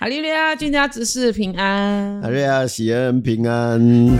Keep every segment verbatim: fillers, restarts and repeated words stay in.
哈利路亚，君家执事平安。 哈利路亚，喜恩平安。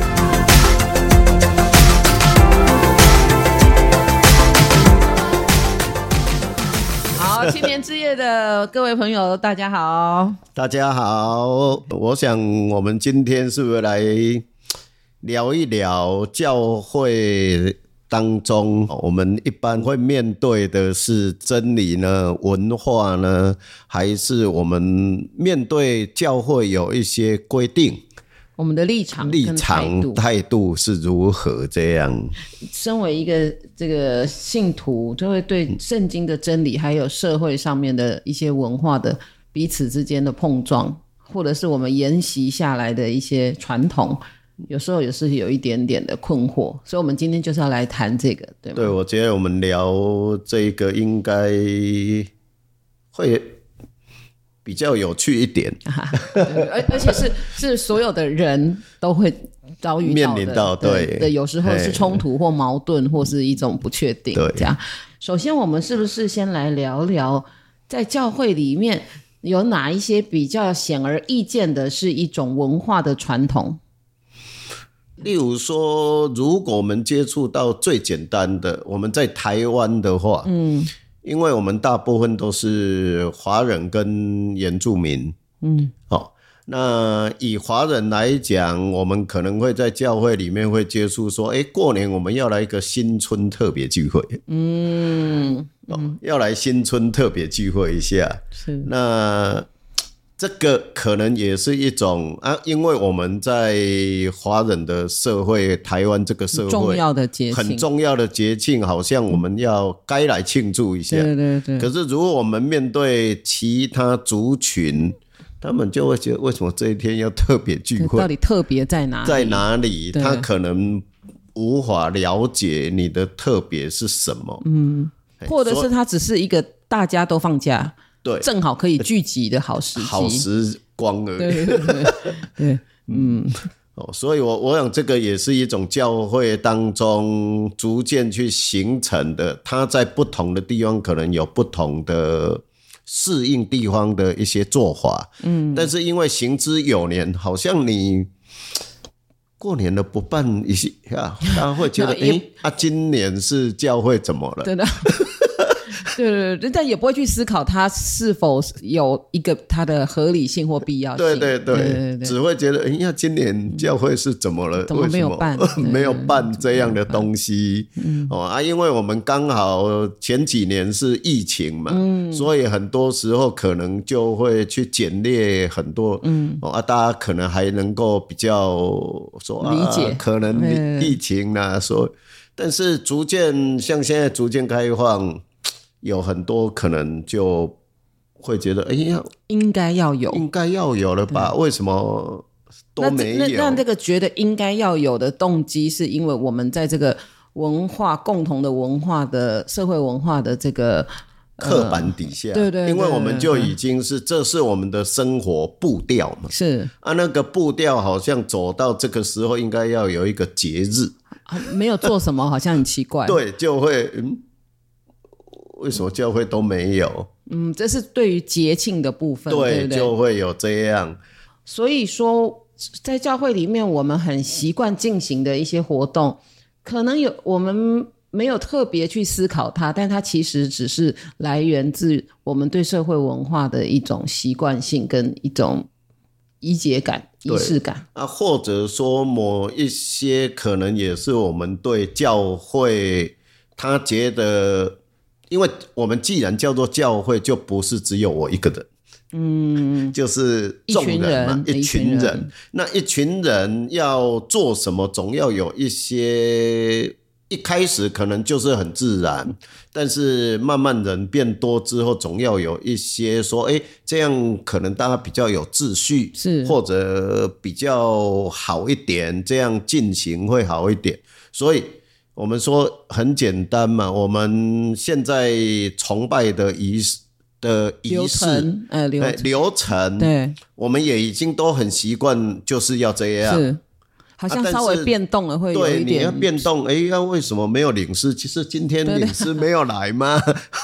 好，青年之夜的各位朋友，大家好。 大家好，我想我们今天是不是来聊一聊教会当中我们一般会面对的是真理呢、文化呢，还是我们面对教会有一些规定， 我们的立场立场态度是如何？这样， 身为一个这个信徒，就会对圣经的真理，还有社会上面的一些文化的彼此之间的碰撞，或者是我们沿袭下来的一些传统，有时候也是有一点点的困惑，所以我们今天就是要来谈这个，对吗？ 对，我觉得我们聊这个应该会比较有趣一点， 而而且是是所有的人都会遭遇到的面临到，对对，有时候是冲突或矛盾，或是一种不确定。 对， 这样。首先，我们是不是先来聊聊，在教会里面有哪一些比较显而易见的，是一种文化的传统？ 例如说，如果我们接触到最简单的，我们在台湾的话，嗯，因为我们大部分都是华人跟原住民，嗯，好，那以华人来讲，我们可能会在教会里面会接触说，哎，过年我们要来一个新春特别聚会，嗯，哦，要来新春特别聚会一下，是那。这个可能也是一种啊，因为我们在华人的社会，台湾这个社会重要的节庆， 很重要的节庆，好像我们要该来庆祝一下。 对对对。 可是如果我们面对其他族群，他们就会觉得为什么这一天要特别聚会？ 到底特别在哪里？ 在哪里？他可能无法了解你的特别是什么。嗯， 或者是他只是一个大家都放假。 对， 正好可以聚集的好时机， 好时光而已。 对对对，对嗯， 哦，所以我我想这个也是一种教会当中逐渐去形成的，它在不同的地方可能有不同的适应地方的一些做法，嗯，但是因为行之有年，好像你过年了不办一些啊，大家会觉得，哎啊，今年是教会怎么了？ 真的。对对对，但也不会去思考它是否有一个它的合理性或必要性。 对对 对, 对, 对, 对，只会觉得，哎呀，今年教会是怎么了？ 怎么没有办？ 没有办这样的东西。嗯哦啊，因为我们刚好前几年是疫情嘛，嗯，所以很多时候可能就会去简略很多，嗯哦啊，大家可能还能够比较说理解， 啊、可能疫情啊，说，但是逐渐像现在逐渐开放。有很多可能就会觉得，哎呀， 应该要有， 应该要有了吧？为什么都没有？ 那那那这个觉得应该要有的动机，是因为我们在这个文化共同的文化的社会文化的这个刻板底下， 呃、对, 对, 对, 对， 因为我们就已经是这是我们的生活步调嘛， 是啊，那个步调好像走到这个时候，应该要有一个节日， 啊、没有做什么，好像很奇怪， 对，就会嗯。为什么教会都没有？ 嗯，这是对于节庆的部分， 对, 对, 对， 就会有这样。 所以说，在教会里面，我们很习惯进行的一些活动，可能有我们没有特别去思考它，但它其实只是来源自我们对社会文化的一种习惯性跟一种仪节感、仪式感啊，或者说某一些可能也是我们对教会，他觉得。因为我们既然叫做教会，就不是只有我一个人，嗯，就是众人嘛，一群人，一群人。那一群人要做什么，总要有一些，一开始可能就是很自然，但是慢慢人变多之后，总要有一些说，哎，这样可能大家比较有秩序， 是或者比较好一点，这样进行会好一点，所以。我们说很简单嘛，我们现在崇拜的仪式的仪式流程，呃、流程流程， 对， 我们也已经都很习惯，就是要这样。 是，好像稍微变动了会有一点。 对，你要变动，哎，那为什么没有领事？其实今天领事没有来吗？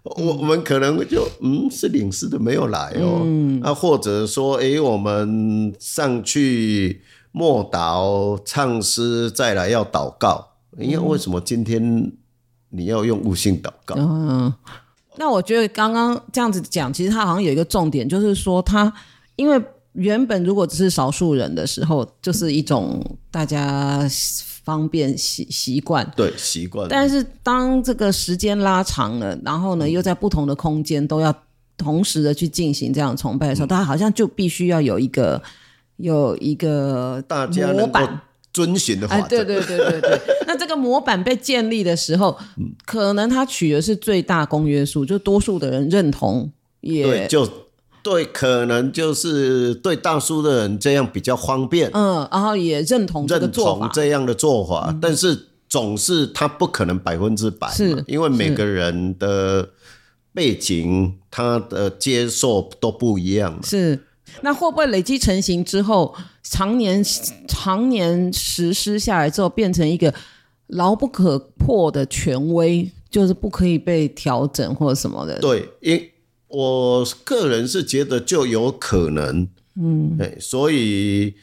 我我们可能就嗯是领事的没有来哦，嗯、啊，或者说哎、欸、我们上去默祷唱诗再来要祷告，因为为什么今天你要用悟性祷告？ 嗯，那我觉得刚刚这样子讲，其实他好像有一个重点，就是说他因为原本如果只是少数人的时候，就是一种大家方便习习惯， 对习惯。 但是当这个时间拉长了，然后呢，又在不同的空间都要同时的去进行这样的崇拜的时候，嗯、他好像就必须要有一个有一个大家能够遵循的法则。 哎，对对对对对。那这个模板被建立的时候，嗯、可能他取的是最大公约数，就多数的人认同也， 对，就对，可能就是对大数的人这样比较方便， 嗯，然后也认同这个做法， 认同这样的做法，嗯、但是总是他不可能百分之百， 是因为每个人的背景，他的接受都不一样， 是。那会不会累积成型之后，常年常年实施下来之后，变成一个牢不可破的权威，就是不可以被调整或者什么的？ 对，因我个人是觉得就有可能，嗯，所以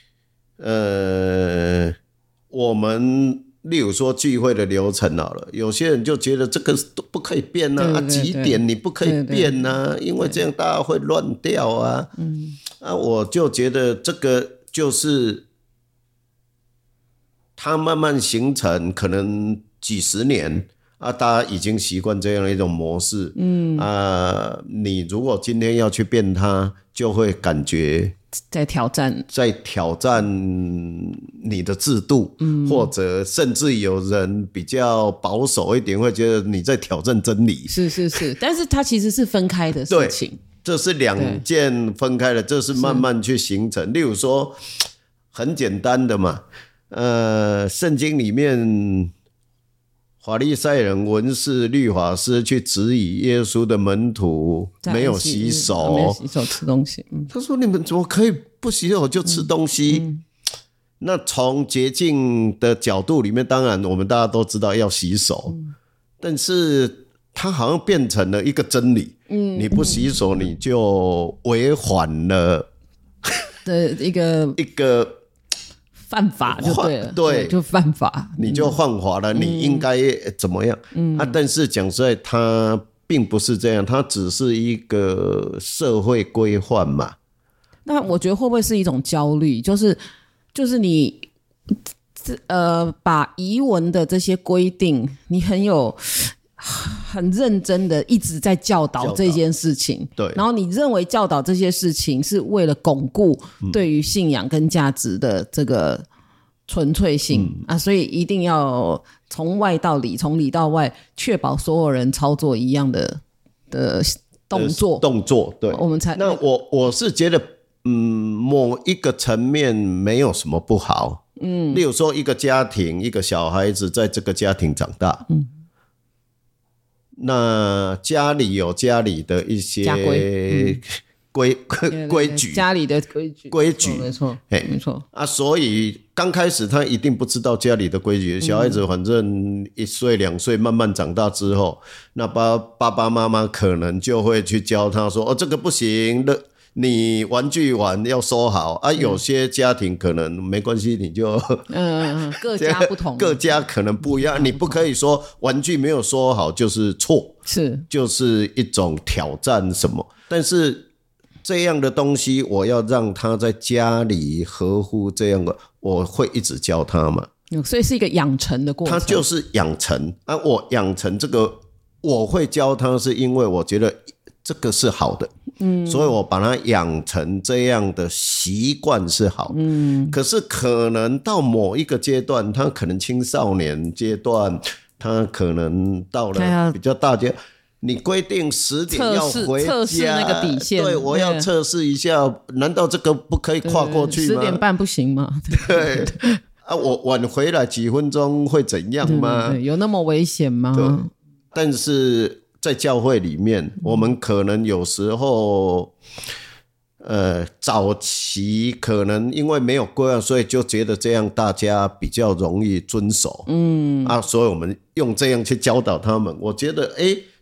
呃，我们例如说聚会的流程好了，有些人就觉得这个都不可以变啊，对对对啊几点你不可以变啊，对对对，因为这样大家会乱掉啊，嗯，啊，我就觉得这个就是它慢慢形成，可能几十年。啊，大家已经习惯这样的一种模式，嗯啊，你如果今天要去变它，就会感觉在挑战， 在挑战你的制度，嗯，或者甚至有人比较保守一点，会觉得你在挑战真理。 是是是，但是它其实是分开的事情， 对，这是两件分开的，这是慢慢去形成。例如说，很简单的嘛，呃，圣经里面。法利赛人、文士、律法师去质疑耶稣的门徒没有洗手， 没有洗手吃东西。嗯、 他说：“你们怎么可以不洗手就吃东西？”嗯嗯、那从洁净的角度里面，当然我们大家都知道要洗手，嗯、但是它好像变成了一个真理。嗯、你不洗手，你就违反了的一个一个。 犯法就对了， 对， 就犯法， 你就犯法了，嗯、你应该怎么样？嗯啊，但是讲实在，它并不是这样，它只是一个社会规范嘛。 那我觉得会不会是一种焦虑？就是就是你呃，把遗文的这些规定，你很有很认真的一直在教导这件事情， 对， 然后你认为教导这些事情是为了巩固对于信仰跟价值的这个纯粹性、嗯、啊，所以一定要从外到里，从里到外，确保所有人操作一样的的动作、 呃、动作，对， 我们才那我我是觉得，嗯，某一个层面没有什么不好，嗯，例如说一个家庭，一个小孩子在这个家庭长大，嗯。那家里有家里的一些规规规矩， 家里的规矩规矩没错没错啊，所以刚开始他一定不知道家里的规矩，小孩子反正一岁两岁慢慢长大之后，那爸爸爸妈妈可能就会去教他说，哦，这个不行的。你玩具玩要收好啊，有些家庭可能没关系，你就嗯各家不同， 各家可能不一样，你不可以说玩具没有收好就是错， 是就是一种挑战什么。但是这样的东西，我要让他在家里合乎这样的，我会一直教他嘛。 所以是一个养成的过程， 他就是养成啊。我养成这个，我会教他，是因为我觉得这个是好的。嗯，所以我把它养成这样的习惯是好，嗯，可是可能到某一个阶段，他可能青少年阶段，他可能到了比较大阶，你规定十点要回家， 测试那个底线， 对，我要测试一下，难道这个不可以跨过去吗？ 十点半不行吗？ 对啊，我晚回来几分钟会怎样吗？ 对对对，有那么危险吗？ 对，但是。在教会里面，我们可能有时候，呃，早期可能因为没有规范，所以就觉得这样大家比较容易遵守，嗯啊，所以我们用这样去教导他们。我觉得，哎，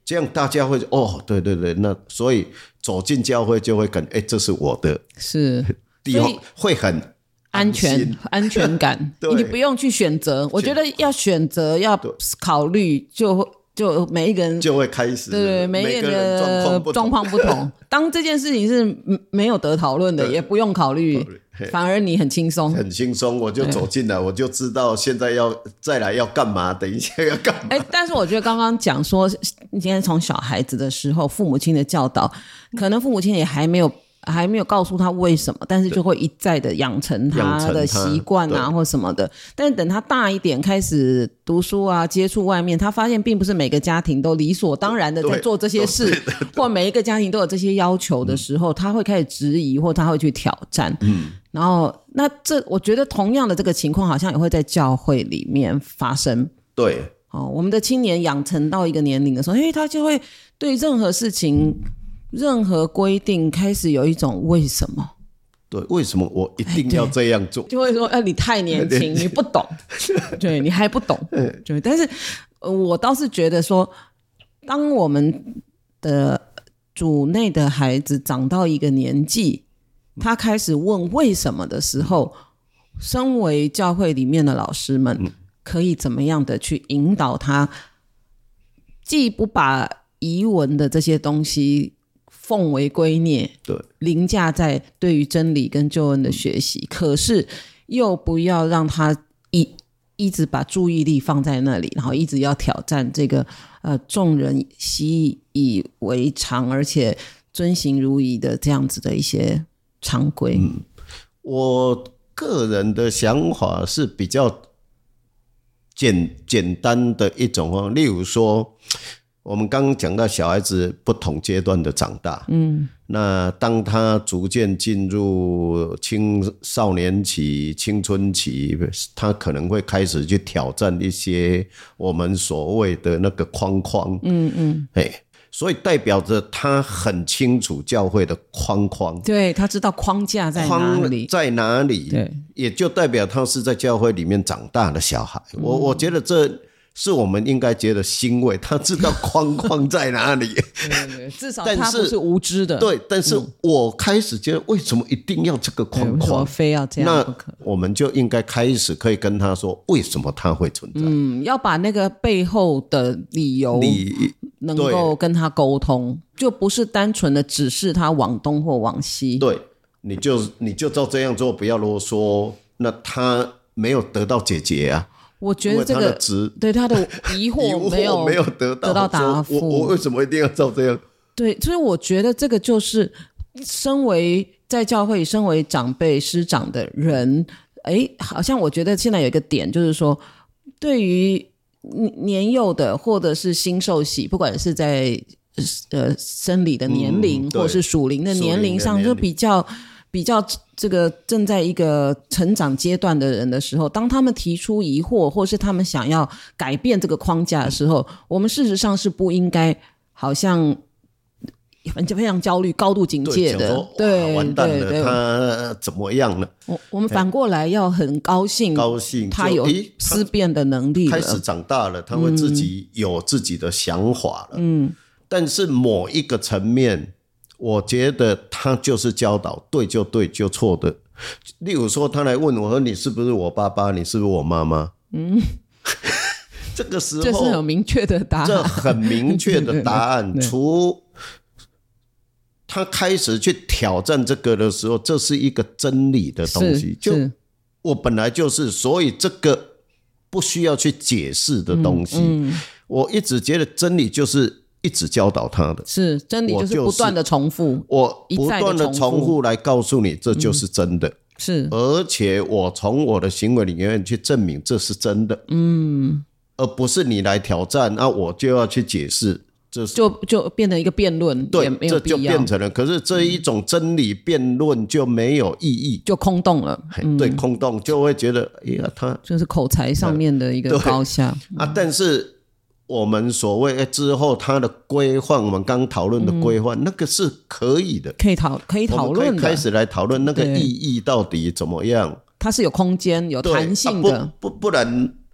这样大家会哦，对对对，那所以走进教会就会感觉，哎，这是我的， 是， 地方会很安全安全感，你不用去选择。我觉得要选择要考虑就。就每一个人就会开始， 对对，每一个人的状况不同。当这件事情是没有得讨论的，也不用考虑，反而你很轻松， 很轻松，我就走进来，我就知道现在要再来要干嘛，等一下要干嘛。 哎，但是我觉得刚刚讲说，你今天从小孩子的时候，父母亲的教导，可能父母亲也还没有。还没有告诉他为什么，但是就会一再的养成他的习惯啊或什么的。但是等他大一点开始读书啊，接触外面，他发现并不是每个家庭都理所当然的在做这些事，或每一个家庭都有这些要求的时候，嗯、他会开始质疑，或他会去挑战。嗯，然后那这我觉得同样的这个情况好像也会在教会里面发生。 对， 哦，我们的青年养成到一个年龄的时候，因为他就会对任何事情。任何规定开始有一种为什么？ 对，为什么我一定要这样做？ 就会说，哎、呃，你太年轻，你不懂，对你还不懂。对，但是、呃、我倒是觉得说，当我们的主内的孩子长到一个年纪，他开始问为什么的时候，身为教会里面的老师们，可以怎么样的去引导他，既不把遗文的这些东西奉为圭臬，对，凌驾在对于真理跟救恩的学习、嗯、可是又不要让他一一直把注意力放在那里，然后一直要挑战这个呃众人习以为常而且遵行如仪的这样子的一些常规、嗯、 我个人的想法是比较简简单的一种，例如说我们刚刚讲到小孩子不同阶段的长大，嗯，那当他逐渐进入青少年期、青春期，他可能会开始去挑战一些我们所谓的那个框框，嗯嗯，哎，所以代表着他很清楚教会的框框， 对，他知道框架在哪里， 在哪里，对，也就代表他是在教会里面长大的小孩。嗯、我我觉得这。是我们应该觉得欣慰，他知道框框在哪里。 对对对，至少他不是无知的。 对，但是我开始觉得为什么一定要这个框框？为什么非要这样不可？ 那我们就应该开始可以跟他说，为什么它会存在？ 嗯，要把那个背后的理由能够跟他沟通，就不是单纯的指示他往东或往西。 对，你就你就照这样做，不要啰嗦。那他没有得到解决啊。 我觉得这个对他的疑惑没有没有得到得到答复， 我我为什么一定要照这样？ 对，所以我觉得这个就是身为在教会身为长辈师长的人，哎，好像我觉得现在有一个点就是说，对于年幼的或者是新受洗，不管是在呃生理的年龄、嗯、或者是属灵的年龄上，就比较。比较这个正在一个成长阶段的人的时候，当他们提出疑惑或是他们想要改变这个框架的时候，我们事实上是不应该好像非常焦虑高度警戒的，对， 完蛋了，他怎么样了？ 我我们反过来要很高兴， 高兴他有思辨的能力了， 开始长大了，他会自己有自己的想法了。嗯，但是某一个层面。我觉得他就是教导对就对就错的，例如说他来问我说你是不是我爸爸，你是不是我妈妈，嗯，这个时候这是很明确的答案， 这很明确的答案除他开始去挑战这个的时候，这是一个真理的东西，就我本来就是，所以这个不需要去解释的东西、嗯嗯、我一直觉得真理就是一直教导他的， 是真理就是不断的重复， 我不断的重复来告诉你这就是真的、嗯、 是， 而且我从我的行为里面去证明这是真的，嗯，而不是你来挑战，那、啊、我就要去解释，这就就变成一个辩论， 对， 也没有必要， 这就变成了，可是这一种真理辩论就没有意义， 就空洞了、 嗯、对，空洞就会觉得哎呀，他就是口才上面的一个高下、 嗯、啊，但是我们所谓之后他的规范，我们刚讨论的规范、嗯、那个是可以的， 可以讨可以讨论的， 我们可以开始来讨论那个意义到底怎么样， 它是有空间有弹性的、 对啊、不, 不, 不然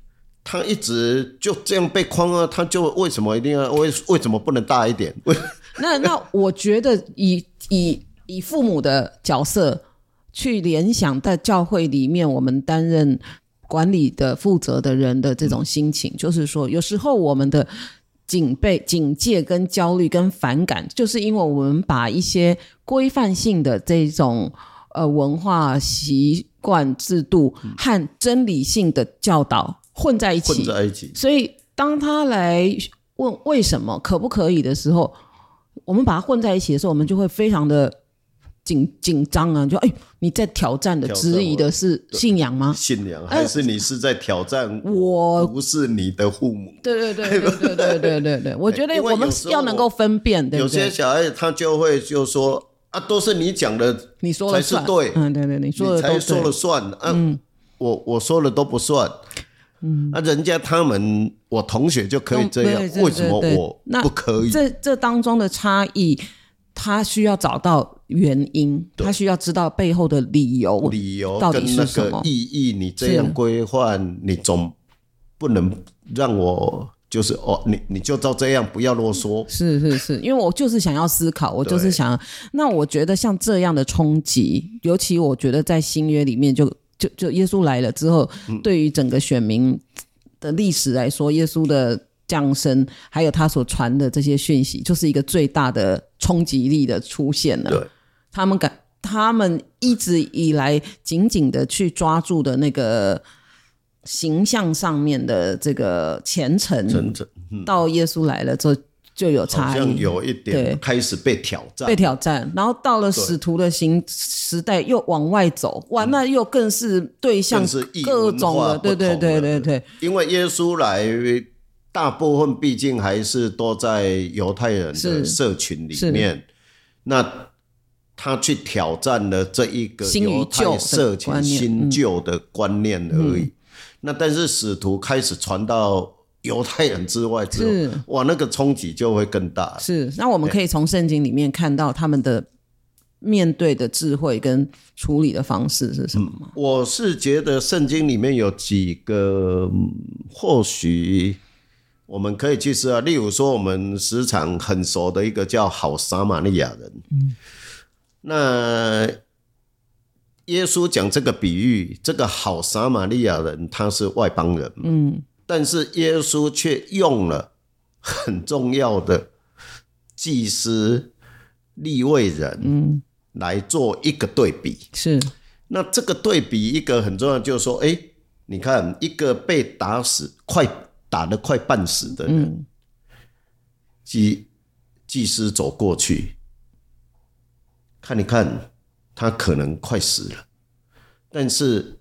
他一直就这样被框啊，他就为什么一定要为为什么不能大一点？ 那那我觉得以以以父母的角色去联想在教会里面我们担任管理的负责的人的这种心情，嗯、就是说有时候我们的警备警戒跟焦虑跟反感，就是因为我们把一些规范性的这种呃文化习惯制度和真理性的教导混在一起， 混在一起。 所以当他来问为什么可不可以的时候，我们把它混在一起的时候，我们就会非常的紧紧张啊！就哎，你在挑战的、质疑的是信仰吗？ 信仰，还是你是在挑战我？ 不是你的父母？ 对对对对对对对对对，我觉得我们要能够分辨，对不对？ 有些小孩他就会就说啊，都是你讲的， 你说了算， 才是对， 嗯，对对，你说的都对， 你才说了算啊，嗯、我我说了都不算。嗯，啊，人家他们我同学就可以这样，为什么我不可以？ 这这当中的差异，他需要找到原因，他需要知道背后的理由， 理由跟那个意义。你这样规范，你总不能让我就是哦，你你就照这样，不要啰嗦。 是是是，因为我就是想要思考，我就是想要。那我觉得像这样的冲击，尤其我觉得在新约里面就。就就耶稣来了之后，嗯、对于整个选民的历史来说，耶稣的降生还有他所传的这些讯息，就是一个最大的冲击力的出现了。 对，他们感他们一直以来紧紧的去抓住的那个形象上面的这个虔诚， 虔诚、嗯、 到耶稣来了之后。就有差异， 好像有一点开始被挑战， 被挑战，然后到了使徒的行时代又往外走，哇，那又更是对象各种的，对对对对对。 因为耶稣来，大部分毕竟还是都在犹太人的社群里面，那他去挑战了这一个犹太社群新旧的观念而已。嗯、那但是使徒开始传到犹太人之外之后，哇，那个冲击就会更大。 是，那我们可以从圣经里面看到他们的面对的智慧跟处理的方式是什么吗？ 嗯、我是觉得圣经里面有几个，嗯、或许我们可以去思考，例如说我们时常很熟的一个叫好撒玛利亚人。嗯、那耶稣讲这个比喻，这个好撒玛利亚人他是外邦人。嗯。但是耶稣却用了很重要的祭司利未人来做一个对比。 是， 那这个对比一个很重要，就是说，哎，你看一个被打死、快打得快半死的人，嗯、祭祭司走过去，看一看，他可能快死了，但是。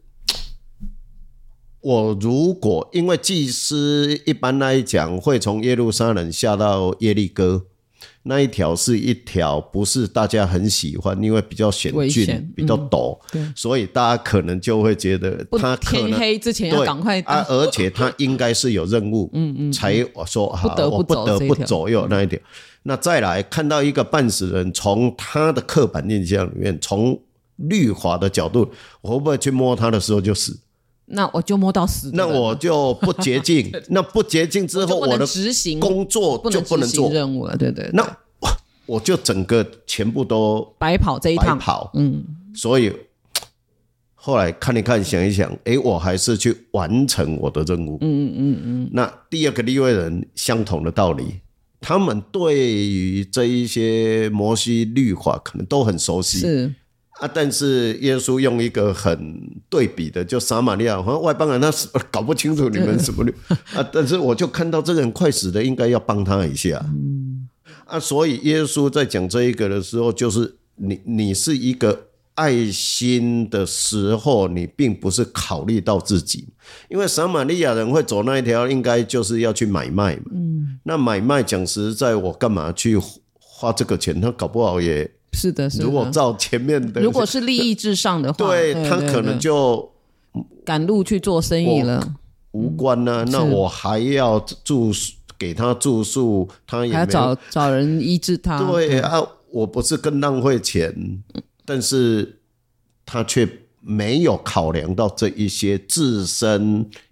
我如果因为祭司一般来讲会从耶路撒冷下到耶利哥，那一条是一条不是大家很喜欢，因为比较险峻、嗯、比较陡，所以大家可能就会觉得他可能天黑之前要赶快啊，而且他应该是有任务，嗯嗯，才说好，我不得不走右那一条。那再来看到一个半死人，从他的刻板印象里面，从律法的角度，我会不会去摸他的时候就死？ 那我就摸到死， 那我就不洁净。那不洁净之后，我的工作就不能做任务了，对对。 那我就整个全部都白跑这一趟， 白跑。嗯，所以后来看一看，想一想，哎，我还是去完成我的任务。嗯嗯嗯。那第二个利未人相同的道理，他们对于这一些摩西律法可能都很熟悉。 是。 啊！但是耶稣用一个很对比的，就撒玛利亚，好像外邦人他搞不清楚你们什么律啊。但是我就看到这个人快死的，应该要帮他一下。嗯、啊，所以耶稣在讲这一个的时候，就是你你是一个爱心的时候，你并不是考虑到自己，因为撒玛利亚人会走那一条，应该就是要去买卖嘛。嗯，那买卖讲实在，我干嘛去花这个钱？他搞不好也。 是的，是的。 如果照前面的， 如果是利益至上的话， 对，对他可能就赶路去做生意了， 无关呢、啊。那我还要住给他住宿，他也没有还要找找人医治他。 对, 对啊，我不是更浪费钱，但是他却没有考量到这一些自身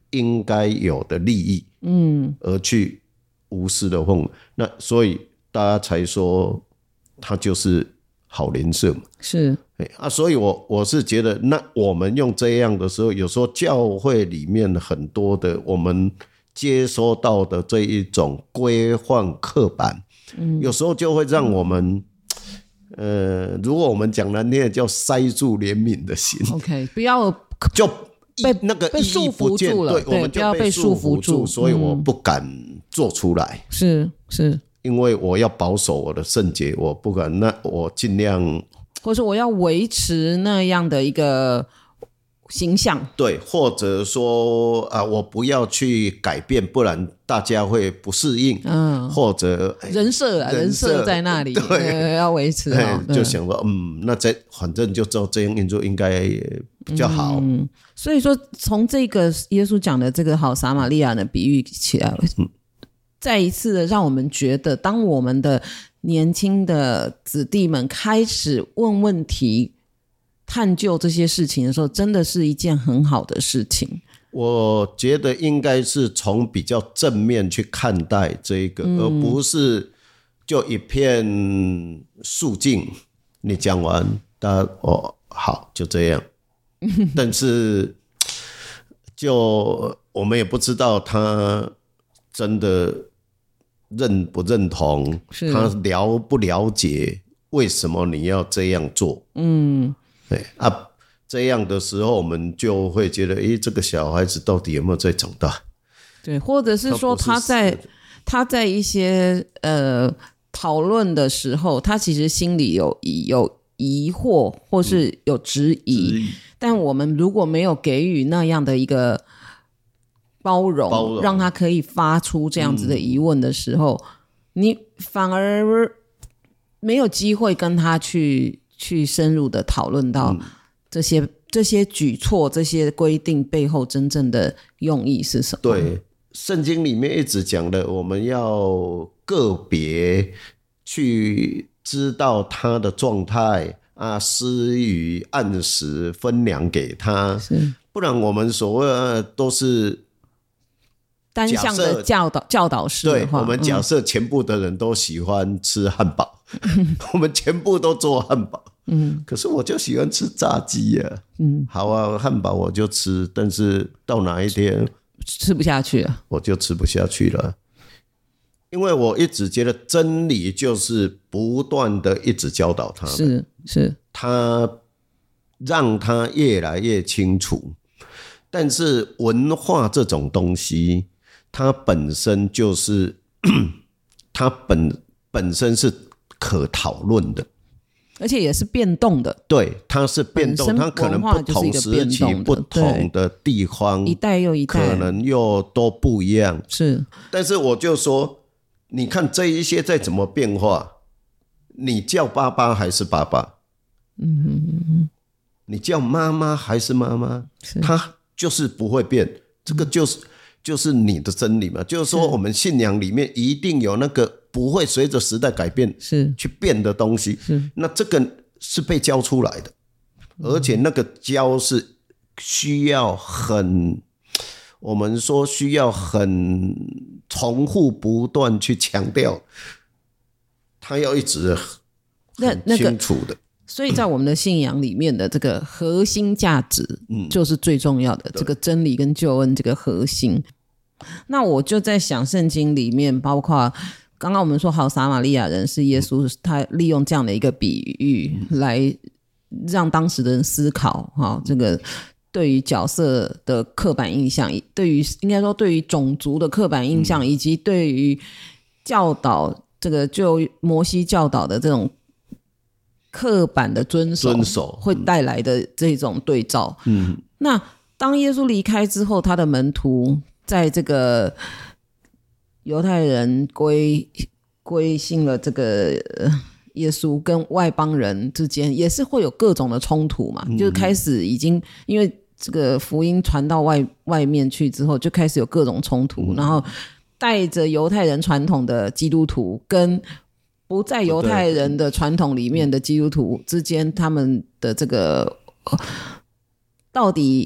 应该有的利益，嗯，而去无私的奉，那所以大家才说他就是好邻舍嘛。 是啊，所以我我是觉得，那我们用这样的时候，有时候教会里面很多的我们接收到的这一种规范刻板，嗯，有时候就会让我们。呃，如果我们讲难听的，叫塞住怜悯的心。 OK， 不要就被那个被束缚住了， 对，我们就被束缚住，所以我不敢做出来。 是是， 因为我要保守我的圣洁，我不敢，那我尽量， 或者我要维持那样的一个形象， 对，或者说啊，我不要去改变，不然大家会不适应，嗯，或者人设啊，人设在那里，对，要维持好， 就想说，嗯，那这反正就照这样运作，应该比较好。 嗯，所以说从这个耶稣讲的这个好撒玛利亚的比喻起来，嗯，再一次的让我们觉得，当我们的年轻的子弟们开始问问题。探究这些事情的时候，真的是一件很好的事情。 我觉得应该是从比较正面去看待这一个，嗯，而不是就一片肃静。你讲完，大家哦好就这样，但是就我们也不知道他真的认不认同，他了不了解为什么你要这样做。嗯。对啊，这样的时候我们就会觉得，诶，这个小孩子到底有没有在长大？ 对，或者是说他在他在一些呃讨论的时候，他其实心里有有疑惑，或是有质疑，嗯，质疑，但我们如果没有给予那样的一个包容，包容让他可以发出这样子的疑问的时候，嗯，你反而没有机会跟他去。去深入的讨论到这些，嗯，这些举措、这些规定背后真正的用意是什么？ 对，圣经里面一直讲的，我们要个别去知道他的状态啊，施予按时分粮给他，不然我们所谓的都是单向的教导教导式的话， 对，我们假设全部的人都喜欢吃汉堡，嗯，我们全部都做汉堡，嗯，可是我就喜欢吃炸鸡呀，啊，嗯，好啊，汉堡我就吃，但是到哪一天吃不下去了， 我就吃不下去了，因为我一直觉得真理就是不断的一直教导他们， 是是， 他让他越来越清楚，但是文化这种东西。它本身就是它 本, 本身是可讨论的， 而且也是变动的。 对，它是变动，它可能不同时期不同的地方一代又一代可能又都不一样。 是， 但是我就说你看这一些再怎么变化，你叫爸爸还是爸爸，嗯哼哼哼，你叫妈妈还是妈妈，它就是不会变，这个就是就是你的真理嘛，就是说我们信仰里面一定有那个不会随着时代改变是去变的东西，是那这个是被教出来的，而且那个教是需要很我们说需要很重复不断去强调，他要一直很清楚的、那個、 所以在我们的信仰里面的这个核心价值就是最重要的、嗯、这个真理跟救恩这个核心。那我就在想圣经里面包括刚刚我们说好撒玛利亚人是耶稣他利用这样的一个比喻来让当时的人思考、哦、这个对于角色的刻板印象，对于应该说对于种族的刻板印象、嗯、以及对于教导这个就摩西教导的这种刻板的遵守, 遵守会带来的这种对照、嗯、那当耶稣离开之后，他的门徒在这个犹太人归归信了这个耶稣跟外邦人之间也是会有各种的冲突嘛、嗯、就开始已经因为这个福音传到外外面去之后就开始有各种冲突、嗯、然后带着犹太人传统的基督徒跟不在犹太人的传统里面的基督徒之间他们的这个到底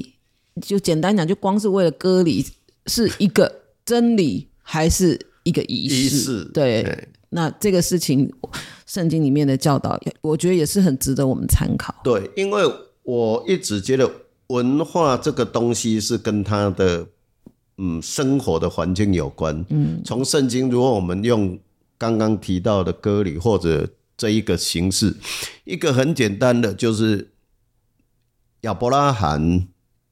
就简单讲，就光是为了割礼是一个真理还是一个仪式？ 仪式对。对，那这个事情圣经里面的教导我觉得也是很值得我们参考。 对，因为我一直觉得文化这个东西是跟它的嗯生活的环境有关。嗯，从圣经如果我们用刚刚提到的割礼或者这一个形式，一个很简单的就是亚伯拉罕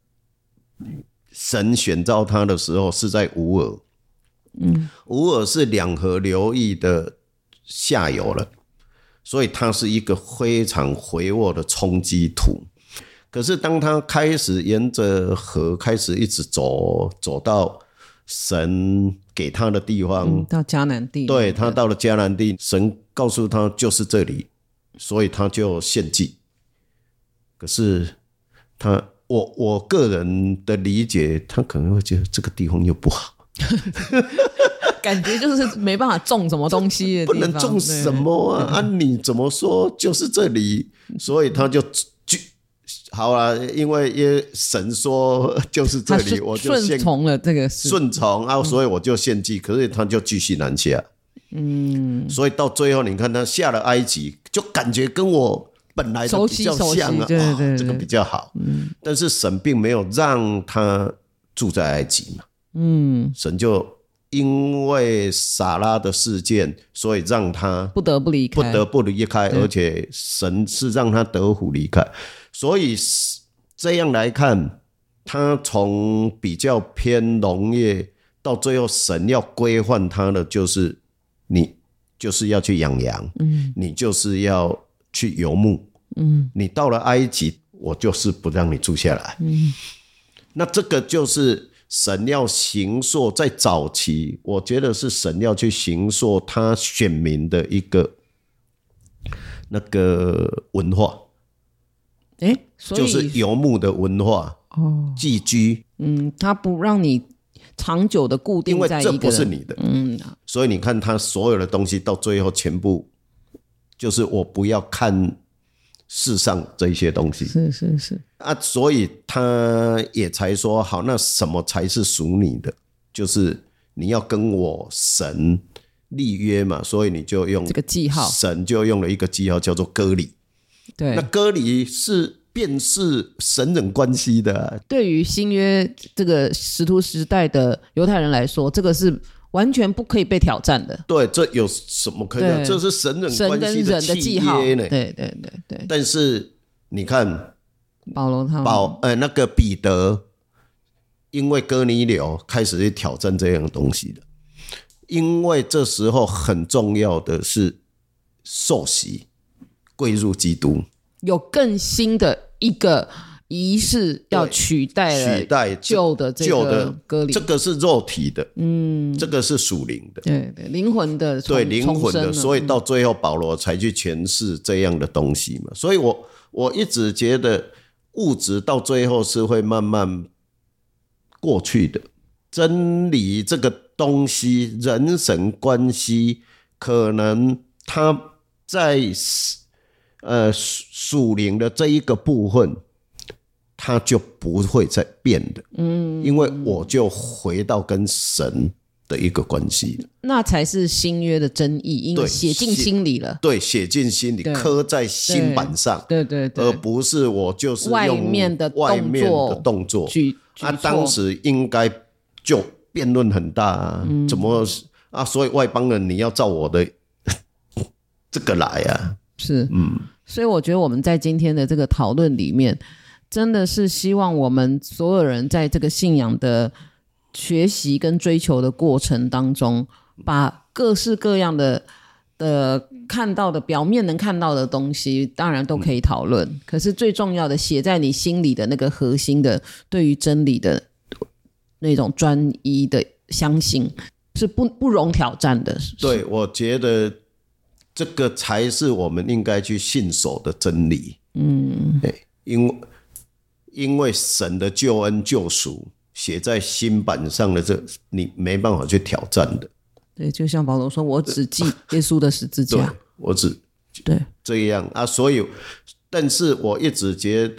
神选召他的时候是在乌尔。嗯，乌尔是两河流域的下游了，所以它是一个非常肥沃的冲积土。可是当他开始沿着河开始一直走，走到神给他的地方， 嗯、到迦南地， 对，他到了迦南地，神告诉他就是这里，所以他就献祭。可是他，我我个人的理解，他可能会觉得这个地方又不好。 感觉就是没办法种什么东西的地方， 不能种什么啊？啊，你怎么说就是这里，所以他就好啦，因为耶神说就是这里，我就顺从了这个事， 顺从啊，所以我就献祭。可是他就继续南下，嗯，所以到最后你看他下了埃及，就感觉跟我本来的比较像啊， 对对对， 哦，这个比较好。嗯，但是神并没有让他住在埃及嘛，嗯，神就因为撒拉的事件，所以让他不得不离开， 不得不离开，而且神是让他得福离开。所以这样来看，他从比较偏农业到最后，神要规范他的就是你就是要去养羊，嗯，你就是要去游牧，嗯，你到了埃及，我就是不让你住下来，嗯，那这个就是神要形塑在早期，我觉得是神要去形塑他选民的一个那个文化。 欸，所以就是游牧的文化，哦，寄居， 嗯，他不让你长久的固定在一个， 因为这不是你的，嗯，所以你看他所有的东西到最后全部就是我不要看世上这些东西， 是是是啊，所以他也才说好，那什么才是属你的？就是你要跟我神立约嘛，所以你就用这个记号， 神就用了一个记号叫做割礼。 对， 那割礼是辨识神人关系的，啊。 对于新约这个使徒时代的犹太人来说，这个是完全不可以被挑战的。 对，这有什么可以讲？这是神人关系的契约呢。 对对对对。 但是你看， 保罗他们保呃那个彼得，因为哥尼流开始去挑战这样的东西了。因为这时候很重要的是受洗。归入基督， 有更新的一个仪式要取代了取代旧的这个割礼， 这个是肉体的，嗯，这个是属灵的， 对对，灵魂的， 对灵魂的，所以到最后保罗才去诠释这样的东西嘛。所以我我一直觉得物质到最后是会慢慢过去的，真理这个东西，人神关系，可能它在。呃，属灵的这一个部分，它就不会再变的，嗯，因为我就回到跟神的一个关系了， 那才是新约的真意，因为写进心里了， 对，写进心里，刻在心板上， 对对 对, 对， 而不是我就是用外面的外面的动作，啊，当时应该就辩论很大啊，嗯、怎么啊？所以外邦人你要照我的这个来啊。 是，嗯，所以我觉得我们在今天的这个讨论里面，真的是希望我们所有人在这个信仰的学习跟追求的过程当中，把各式各样的的看到的表面能看到的东西，当然都可以讨论，嗯、可是最重要的写在你心里的那个核心的对于真理的那种专一的相信，是不不容挑战的。 对，我觉得。这个才是我们应该去信守的真理。嗯，因为因为神的救恩救赎写在心板上的，这你没办法去挑战的。 对，就像保罗说：“我只记耶稣的十字架。” 对，我只对这样啊。所以，但是我一直觉得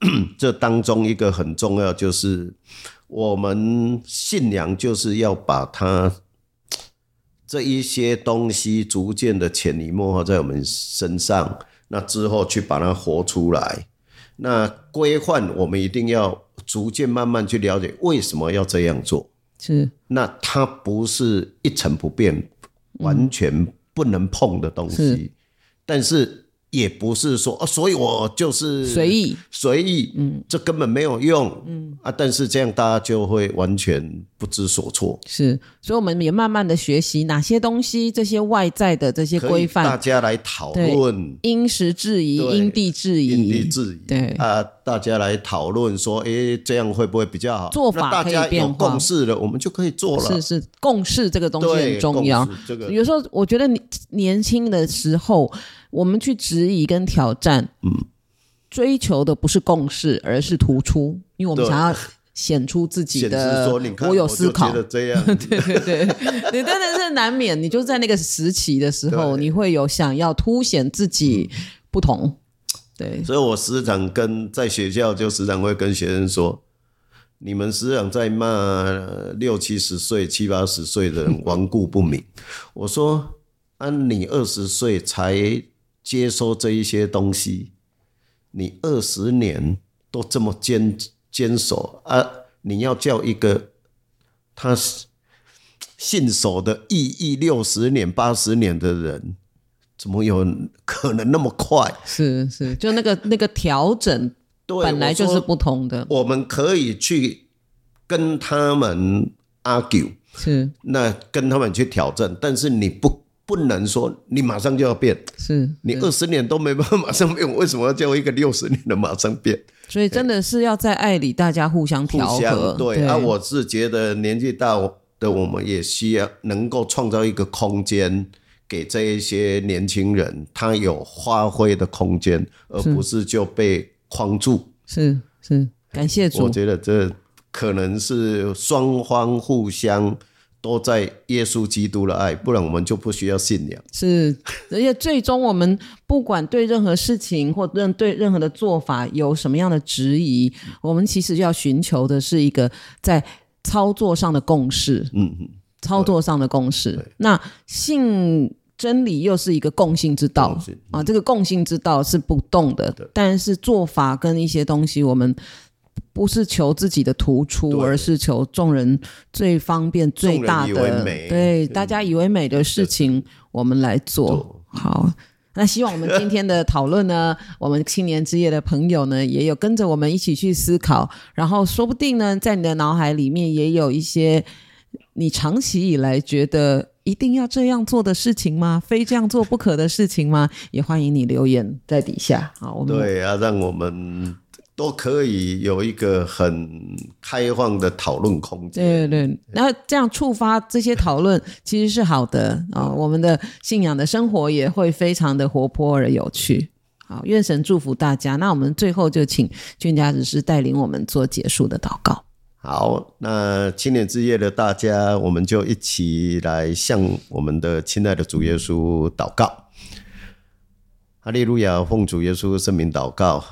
这当中一个很重要，就是我们信仰就是要把它这一些东西逐渐的潜移默化在我们身上，那之后去把它活出来。那规范我们一定要逐渐慢慢去了解为什么要这样做， 是那它不是一成不变完全不能碰的东西，是但是也不是说、哦、所以我就是随意随意，嗯，这根本没有用，嗯啊，但是这样大家就会完全不知所措。 是，所以我们也慢慢的学习哪些东西，这些外在的这些规范， 大家来讨论， 因时制宜，因地制宜， 因地制宜， 对啊，大家来讨论说，诶，这样会不会比较好？ 做法可以变化， 那大家有共识了，我们就可以做了。 是是，共识这个东西很重要。 这个、 有时候我觉得年轻的时候，我们去质疑跟挑战，嗯，追求的不是共识，而是突出，因为我们想要显出自己的我有思考。 我就觉得这样， 对对对，你真的是难免，你就在那个时期的时候，你会有想要凸显自己不同。对， 所以我时常跟在学校就时常会跟学生说，你们时常在骂六七十岁、七八十岁的人顽固不明。我说，啊，你二十岁才接收这一些东西，你二十年都这么坚坚守啊！你要叫一个他信守的意义六十年、八十年的人，怎么有可能那么快？ 是是，就那个那个调整，本来就是不同的。 我们可以去跟他们 argue， 是那跟他们去挑战，但是你不。不能说你马上就要变， 是你二十年都没办法马上变，为什么要叫一个六十年的马上变？ 所以真的是要在爱里大家互相调和。 互相对，对啊，我是觉得年纪大的我们也需要能够创造一个空间给这一些年轻人，他有发挥的空间，而不是就被框住。 是是，感谢主。 我觉得这可能是双方互相。都在耶稣基督的爱，不然我们就不需要信仰。 是，而且最终我们不管对任何事情或对任何的做法有什么样的质疑，我们其实要寻求的是一个在操作上的共识。嗯嗯，操作上的共识。那信真理又是一个共信之道啊，这个共信之道是不动的，但是做法跟一些东西我们。不是求自己的突出，而是求众人最方便最大的，对大家以为美的事情我们来做。好，那希望我们今天的讨论呢，我们青年之夜的朋友呢也有跟着我们一起去思考，然后说不定呢在你的脑海里面也有一些你长期以来觉得一定要这样做的事情吗？非这样做不可的事情吗？也欢迎你留言在底下。好，我们对啊，让我们都可以有一个很开放的讨论空间。 对对，然后这样触发这些讨论其实是好的啊、哦，我们的信仰的生活也会非常的活泼而有趣。好，愿神祝福大家。那我们最后就请俊家执事带领我们做结束的祷告。 好，那青年之夜的大家，我们就一起来向我们的亲爱的主耶稣祷告。哈利路亚，奉主耶稣圣名祷告。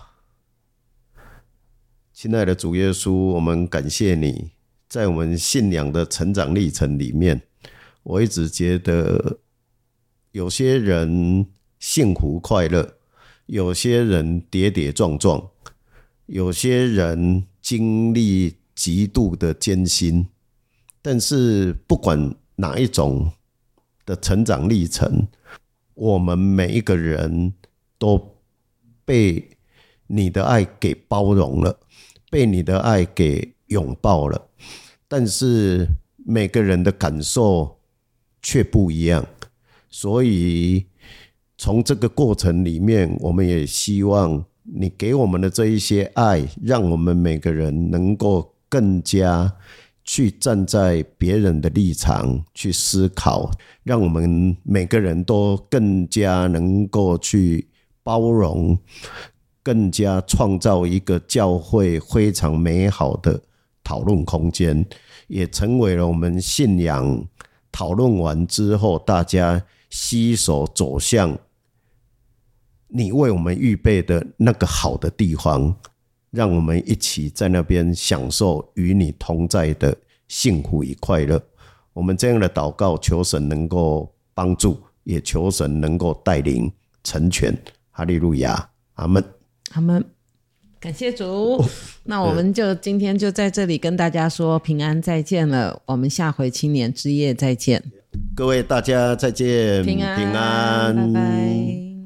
亲爱的主耶稣，我们感谢你，在我们信仰的成长历程里面，我一直觉得有些人幸福快乐，有些人跌跌撞撞，有些人经历极度的艰辛，但是不管哪一种的成长历程，我们每一个人都被你的爱给包容了，被你的爱给拥抱了，但是每个人的感受却不一样，所以从这个过程里面，我们也希望你给我们的这一些爱，让我们每个人能够更加去站在别人的立场去思考，让我们每个人都更加能够去包容，更加创造一个教会非常美好的讨论空间，也成为了我们信仰讨论完之后大家携手走向你为我们预备的那个好的地方。 让我们一起在那边享受与你同在的幸福与快乐。我们这样的祷告，求神能够帮助，也求神能够带领成全。哈利路亚，阿们， 阿们。感谢主、哦、那我们就今天就在这里跟大家说平安再见了，我们下回青年之夜再见， 各位大家再见， 平安， 平安， 拜拜。